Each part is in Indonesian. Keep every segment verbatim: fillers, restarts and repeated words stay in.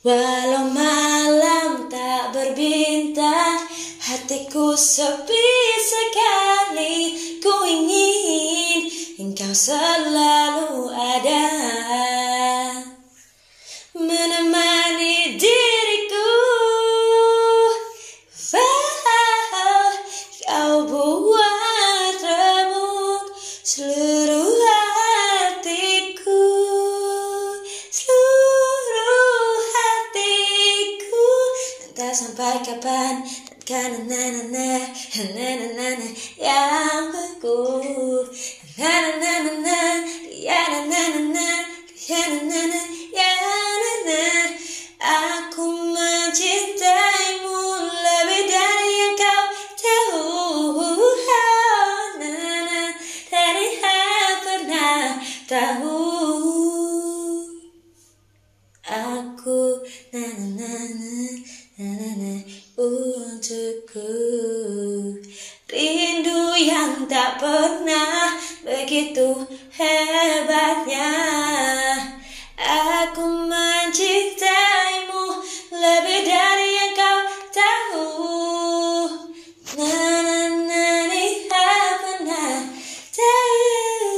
Walau malam tak berbintang, hatiku sepi sekali. Ku ingin engkau selalu ada, menemani diriku. Wah, kau buat remuk seluruh hatiku, seluruh hatiku. Entah sampai kapan, karena na na na na na na yang aku na na na na ya na na na na ya na na na ya na na. Aku mencintaimu lebih dari yang kau tahu, na na dari yang pernah tahu. Aku na na na na na na na untukku, rindu yang tak pernah begitu hebatnya. Aku mencintaimu lebih dari yang kau tahu, na na na na pernah tahu.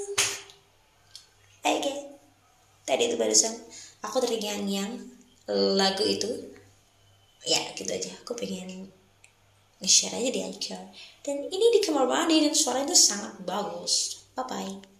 Oke, tadi itu barusan aku terngiang-ngiang lagu itu. Ya gitu aja, aku pengen nge-share aja di Anchor. Dan ini di kamar mandi dan suaranya itu sangat bagus. Bye bye.